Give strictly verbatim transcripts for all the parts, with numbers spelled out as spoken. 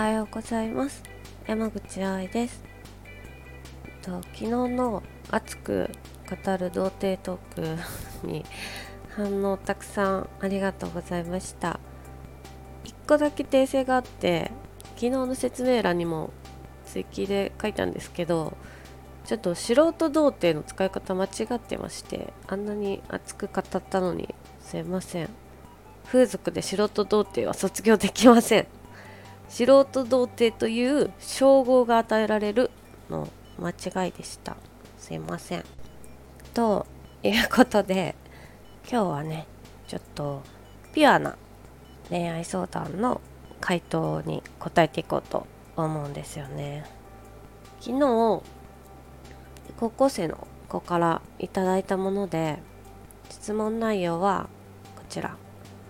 はようございます。山口愛です。と昨日の熱く語る童貞トークに反応たくさんありがとうございました。一個だけ訂正があって、昨日の説明欄にも追記で書いたんですけど、ちょっと素人童貞の使い方間違ってまして、あんなに熱く語ったのにすいません。風俗で素人童貞は卒業できません。素人童貞という称号が与えられるの間違いでした。すいません。ということで、今日はねちょっとピュアな恋愛相談の回答に答えていこうと思うんですよね。昨日高校生の子からいただいたもので、質問内容はこちら。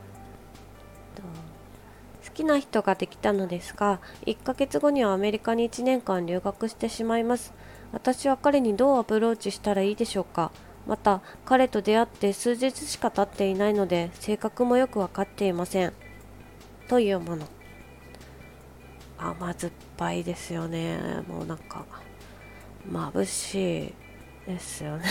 好きな人ができたのですが、いっかげつごにはアメリカにいちねんかん留学してしまいます。私は彼にどうアプローチしたらいいでしょうか。また、彼と出会って数日しか経っていないので、性格もよくわかっていません。というもの。甘酸っぱいですよね。もうなんか、眩しいですよね。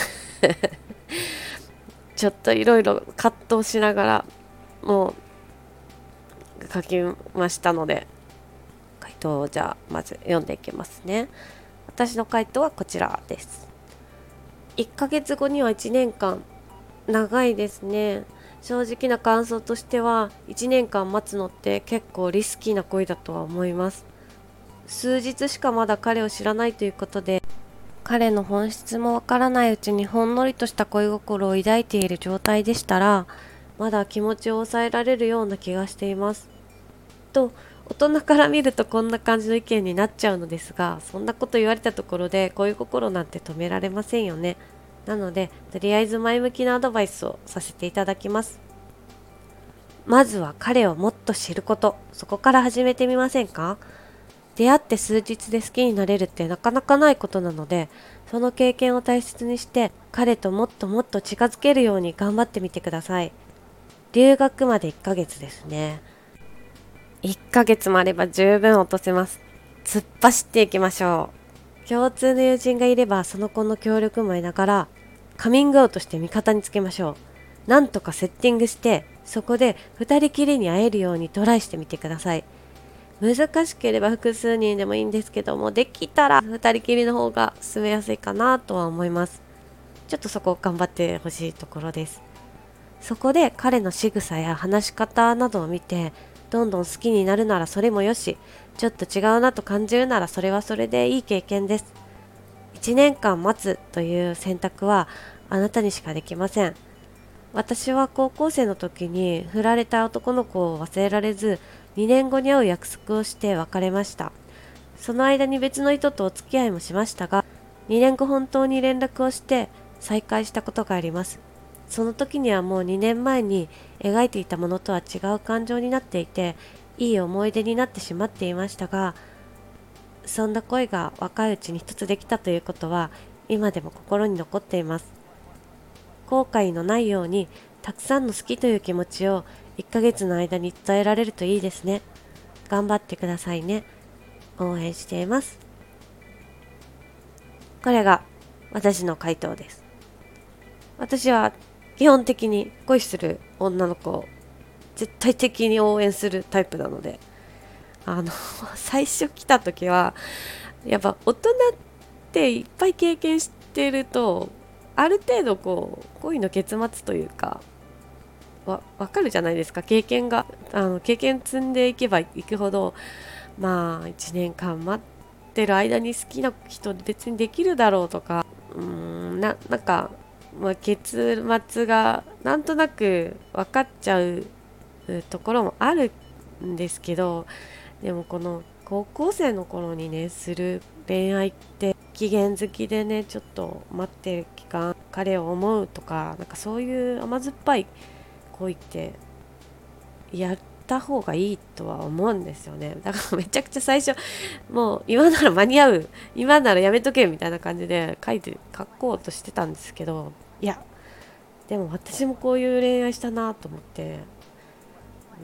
ちょっといろいろ葛藤しながら、もう、書きましたので、回答をじゃあまず読んでいきますね。私の回答はこちらです。いっかげつごにはいちねんかん、長いですね。正直な感想としてはいちねんかん待つのって結構リスキーな恋だとは思います。数日しかまだ彼を知らないということで、彼の本質もわからないうちにほんのりとした恋心を抱いている状態でしたら、まだ気持ちを抑えられるような気がしています。と大人から見るとこんな感じの意見になっちゃうのですが、そんなこと言われたところで恋心なんて止められませんよね。なのでとりあえず前向きなアドバイスをさせていただきます。まずは彼をもっと知ること、そこから始めてみませんか。出会って数日で好きになれるってなかなかないことなので、その経験を大切にして彼ともっともっと近づけるように頑張ってみてください。留学までいっかげつですね。いっかげつもあれば十分落とせます。突っ走っていきましょう。共通の友人がいればその子の協力も得ながらカミングアウトして味方につけましょう。なんとかセッティングしてそこで二人きりに会えるようにトライしてみてください。難しければ複数人でもいいんですけども、できたら二人きりの方が進めやすいかなとは思います。ちょっとそこを頑張ってほしいところです。そこで彼の仕草や話し方などを見てどんどん好きになるならそれもよし、ちょっと違うなと感じるならそれはそれでいい経験です。いちねんかん待つという選択はあなたにしかできません。私は高校生の時に振られた男の子を忘れられず、にねんごに会う約束をして別れました。その間に別の人とお付き合いもしましたが、にねんご本当に連絡をして再会したことがあります。その時にはもうにねんまえに描いていたものとは違う感情になっていて、いい思い出になってしまっていましたが、そんな恋が若いうちに一つできたということは今でも心に残っています。後悔のないようにたくさんの好きという気持ちをいっかげつの間に伝えられるといいですね。頑張ってくださいね。応援しています。これが私の回答です。私は基本的に恋する女の子を絶対的に応援するタイプなので、あの最初来た時はやっぱ大人っていっぱい経験してると、ある程度こう恋の結末というかわ分かるじゃないですか。経験があの経験積んでいけばいくほど、まあいちねんかん待ってる間に好きな人別にできるだろうとか、うーんななんかまあ、結末がなんとなく分かっちゃうところもあるんですけど、でもこの高校生の頃にねする恋愛って期限好きでね、ちょっと待ってる期間彼を思うとか、なんかそういう甘酸っぱい恋ってやった方がいいとは思うんですよね。だからめちゃくちゃ最初もう今なら間に合う、今ならやめとけみたいな感じで書いて書こうとしてたんですけど、いやでも私もこういう恋愛したなと思って、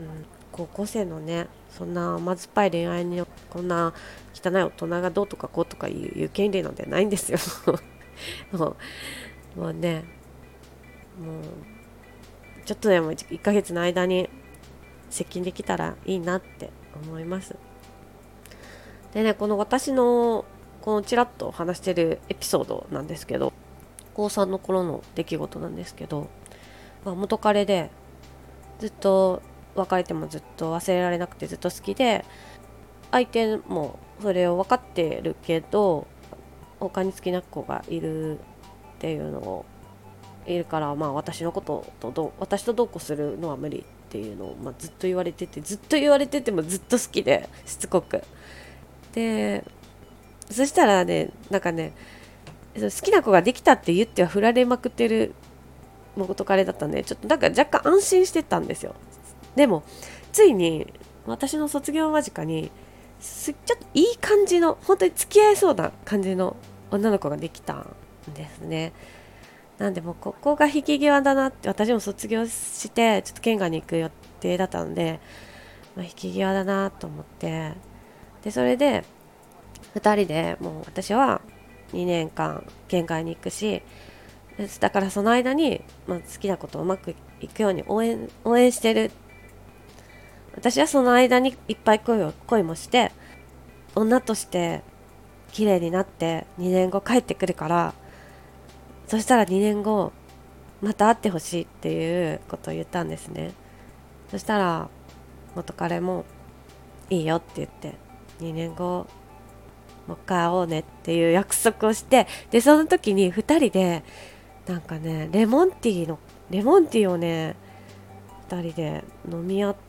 高校生のねそんな甘酸っぱい恋愛にこんな汚い大人がどうとかこうとか言う、言う権利なんてないんですよもう、もうねもうちょっとでもいっかげつの間に接近できたらいいなって思います。でね、この私のこのちらっと話してるエピソードなんですけど、こうさんの頃の出来事なんですけど、まあ、元彼でずっと別れてもずっと忘れられなくてずっと好きで、相手もそれを分かってるけど他に好きな子がいるっていうのをいるから、まあ私のこととどう私とどうこうするのは無理っていうのを、まあ、ずっと言われててずっと言われててもずっと好きでしつこくで、そしたらねなんかね好きな子ができたって言っては振られまくってる元彼だったんで、ちょっとなんか若干安心してたんですよ。でもついに私の卒業間近にちょっといい感じの本当に付き合えそうな感じの女の子ができたんですね。なんでもうここが引き際だなって、私も卒業してちょっと県外に行く予定だったので、まあ、引き際だなと思って、でそれでふたりでもう私はにねんかん県外に行くし、だからその間に、まあ、好きなことをうまくいくように応援応援してる。私はその間にいっぱい恋を恋もして女として綺麗になってにねんご帰ってくるから、そしたらにねんごまた会ってほしいっていうことを言ったんですね。そしたら元彼もいいよって言ってにねんごもう一回会おうねっていう約束をして、でその時にふたりでなんかねレモンティーのレモンティーをねふたりで飲み合って、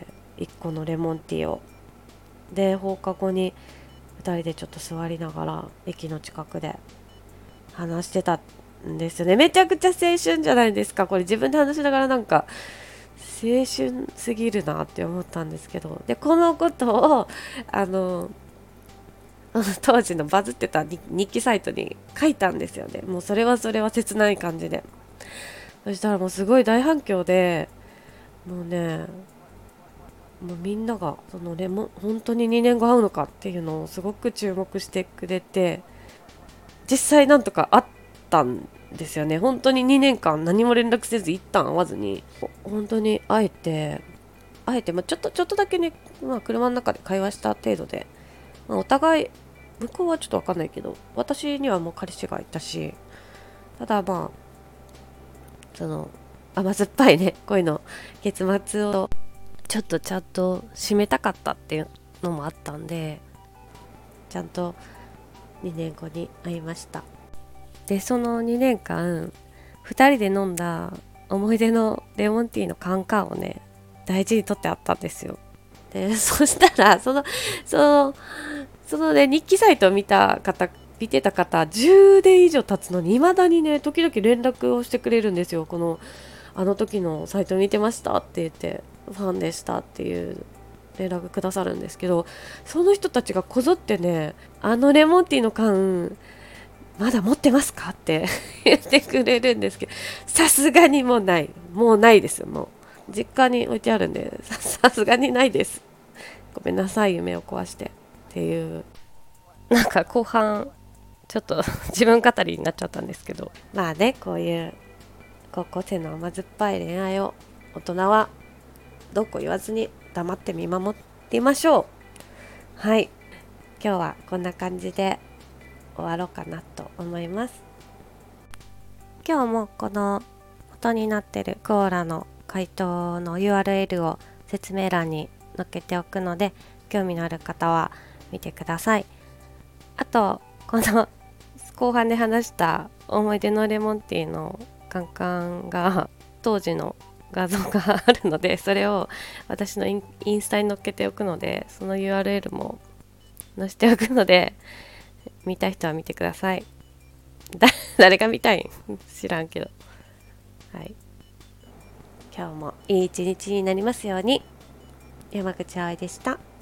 いっこのレモンティーをで放課後にふたりでちょっと座りながら駅の近くで話してたんですよね。めちゃくちゃ青春じゃないですかこれ。自分で話しながらなんか青春すぎるなって思ったんですけど、でこのことをあの当時のバズってた日記サイトに書いたんですよね。もうそれはそれは切ない感じで、そしたらもうすごい大反響で、もうねもうみんながそのレモン本当ににねんご会うのかっていうのをすごく注目してくれて、実際なんとか会ったんですよね。本当ににねんかん何も連絡せず一旦会わずに本当に会えて会えて、まあ、ちょっとちょっとだけね、まあ、車の中で会話した程度で、まあ、お互い向こうはちょっと分かんないけど私にはもう彼氏がいたし、ただまあその甘酸っぱいね恋の結末をちょっとちゃんと締めたかったっていうのもあったんで、ちゃんとにねんごに会いました。でそのにねんかんふたりで飲んだ思い出のレモンティーのカンカンをね大事に取ってあったんですよ。でそしたらそのそのそのね日記サイトを見た方見てた方じゅうねん以上経つのに未だにね時々連絡をしてくれるんですよ。このあの時のサイト見てましたって言ってファンでしたっていう連絡くださるんですけど、その人たちがこぞってねあのレモンティーの缶まだ持ってますかって言ってくれるんですけど、さすがにもうないもうないですよ。もう実家に置いてあるんでさすがにないです。ごめんなさい夢を壊してっていう、なんか後半ちょっと自分語りになっちゃったんですけど、まあねこういう高校生の甘酸っぱい恋愛を大人はどうこう言わずに黙って見守っていましょう。はい、今日はこんな感じで終わろうかなと思います。今日もこの元になってるコーラの回答の ユーアールエル を説明欄に載っけておくので、興味のある方は見てください。あとこの後半で話した思い出のレモンティーのカンカンが当時の画像があるので、それを私のイン、インスタに載っけておくので、その ユーアールエル も載せておくので見たい人は見てください。だ誰が見たい知らんけど、はい、今日もいい一日になりますように。山口葵でした。